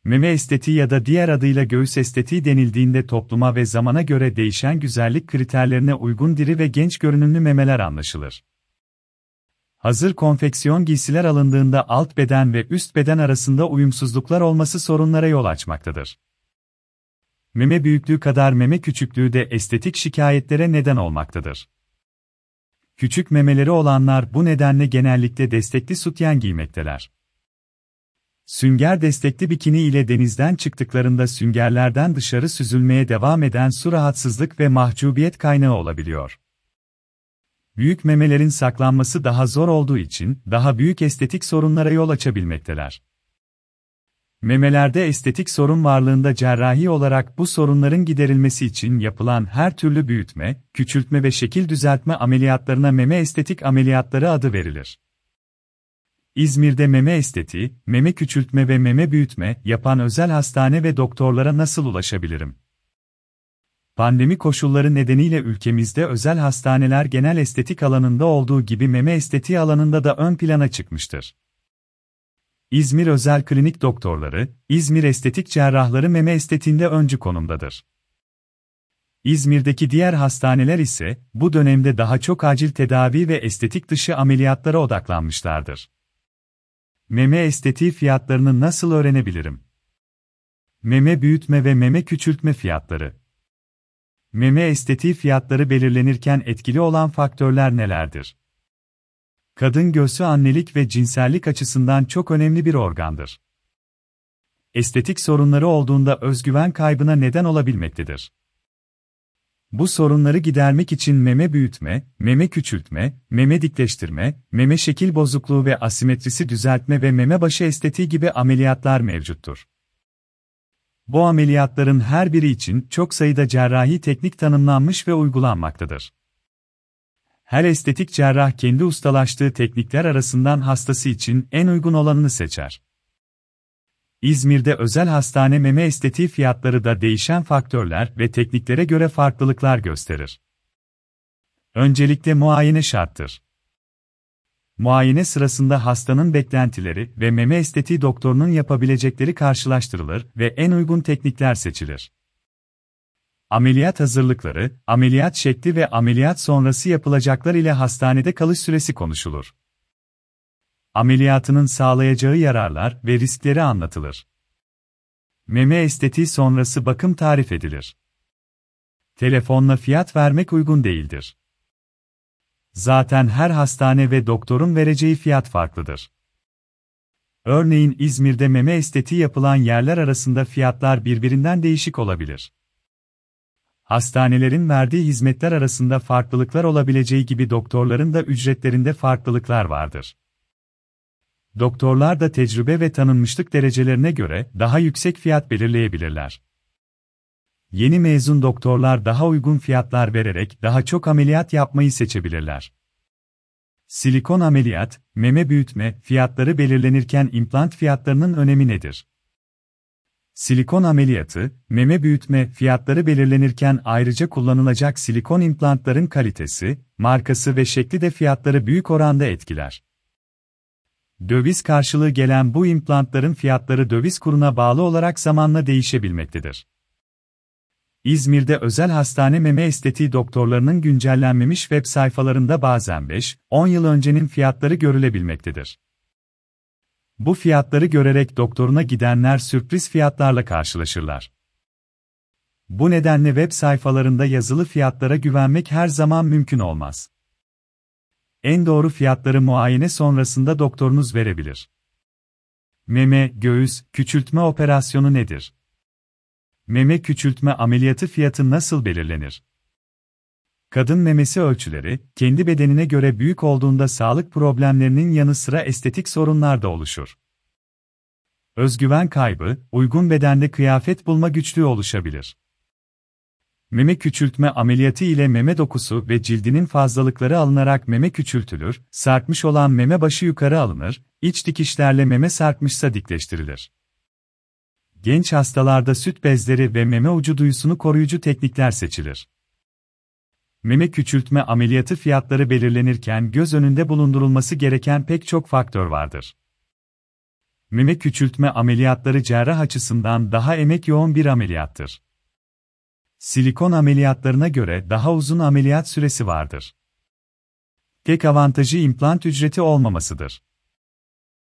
Meme estetiği ya da diğer adıyla göğüs estetiği denildiğinde topluma ve zamana göre değişen güzellik kriterlerine uygun diri ve genç görünümlü memeler anlaşılır. Hazır konfeksiyon giysiler alındığında alt beden ve üst beden arasında uyumsuzluklar olması sorunlara yol açmaktadır. Meme büyüklüğü kadar meme küçüklüğü de estetik şikayetlere neden olmaktadır. Küçük memeleri olanlar bu nedenle genellikle destekli sütyen giymekteler. Sünger destekli bikini ile denizden çıktıklarında süngerlerden dışarı süzülmeye devam eden su rahatsızlık ve mahcubiyet kaynağı olabiliyor. Büyük memelerin saklanması daha zor olduğu için daha büyük estetik sorunlara yol açabilmekteler. Memelerde estetik sorun varlığında cerrahi olarak bu sorunların giderilmesi için yapılan her türlü büyütme, küçültme ve şekil düzeltme ameliyatlarına meme estetik ameliyatları adı verilir. İzmir'de meme estetiği, meme küçültme ve meme büyütme yapan özel hastane ve doktorlara nasıl ulaşabilirim? Pandemi koşulları nedeniyle ülkemizde özel hastaneler genel estetik alanında olduğu gibi meme estetiği alanında da ön plana çıkmıştır. İzmir Özel Klinik Doktorları, İzmir Estetik Cerrahları meme estetiğinde öncü konumdadır. İzmir'deki diğer hastaneler ise bu dönemde daha çok acil tedavi ve estetik dışı ameliyatlara odaklanmışlardır. Meme estetiği fiyatlarını nasıl öğrenebilirim? Meme büyütme ve meme küçültme fiyatları. Meme estetiği fiyatları belirlenirken etkili olan faktörler nelerdir? Kadın göğsü annelik ve cinsellik açısından çok önemli bir organdır. Estetik sorunları olduğunda özgüven kaybına neden olabilmektedir. Bu sorunları gidermek için meme büyütme, meme küçültme, meme dikleştirme, meme şekil bozukluğu ve asimetrisi düzeltme ve meme başı estetiği gibi ameliyatlar mevcuttur. Bu ameliyatların her biri için çok sayıda cerrahi teknik tanımlanmış ve uygulanmaktadır. Her estetik cerrah kendi ustalaştığı teknikler arasından hastası için en uygun olanını seçer. İzmir'de özel hastane meme estetiği fiyatları da değişen faktörler ve tekniklere göre farklılıklar gösterir. Öncelikle muayene şarttır. Muayene sırasında hastanın beklentileri ve meme estetiği doktorunun yapabilecekleri karşılaştırılır ve en uygun teknikler seçilir. Ameliyat hazırlıkları, ameliyat şekli ve ameliyat sonrası yapılacaklar ile hastanede kalış süresi konuşulur. Ameliyatının sağlayacağı yararlar ve riskleri anlatılır. Meme estetiği sonrası bakım tarif edilir. Telefonla fiyat vermek uygun değildir. Zaten her hastane ve doktorun vereceği fiyat farklıdır. Örneğin İzmir'de meme estetiği yapılan yerler arasında fiyatlar birbirinden değişik olabilir. Hastanelerin verdiği hizmetler arasında farklılıklar olabileceği gibi doktorların da ücretlerinde farklılıklar vardır. Doktorlar da tecrübe ve tanınmışlık derecelerine göre daha yüksek fiyat belirleyebilirler. Yeni mezun doktorlar daha uygun fiyatlar vererek daha çok ameliyat yapmayı seçebilirler. Silikon ameliyat, meme büyütme fiyatları belirlenirken implant fiyatlarının önemi nedir? Silikon ameliyatı, meme büyütme fiyatları belirlenirken ayrıca kullanılacak silikon implantların kalitesi, markası ve şekli de fiyatları büyük oranda etkiler. Döviz karşılığı gelen bu implantların fiyatları döviz kuruna bağlı olarak zamanla değişebilmektedir. İzmir'de özel hastane meme estetiği doktorlarının güncellenmemiş web sayfalarında bazen 5-10 yıl öncenin fiyatları görülebilmektedir. Bu fiyatları görerek doktoruna gidenler sürpriz fiyatlarla karşılaşırlar. Bu nedenle web sayfalarında yazılı fiyatlara güvenmek her zaman mümkün olmaz. En doğru fiyatları muayene sonrasında doktorunuz verebilir. Meme, göğüs, küçültme operasyonu nedir? Meme küçültme ameliyatı fiyatı nasıl belirlenir? Kadın memesi ölçüleri, kendi bedenine göre büyük olduğunda sağlık problemlerinin yanı sıra estetik sorunlar da oluşur. Özgüven kaybı, uygun bedende kıyafet bulma güçlüğü oluşabilir. Meme küçültme ameliyatı ile meme dokusu ve cildinin fazlalıkları alınarak meme küçültülür, sarkmış olan meme başı yukarı alınır, iç dikişlerle meme sarkmışsa dikleştirilir. Genç hastalarda süt bezleri ve meme ucu duyusunu koruyucu teknikler seçilir. Meme küçültme ameliyatı fiyatları belirlenirken göz önünde bulundurulması gereken pek çok faktör vardır. Meme küçültme ameliyatları cerrah açısından daha emek yoğun bir ameliyattır. Silikon ameliyatlarına göre daha uzun ameliyat süresi vardır. Tek avantajı implant ücreti olmamasıdır.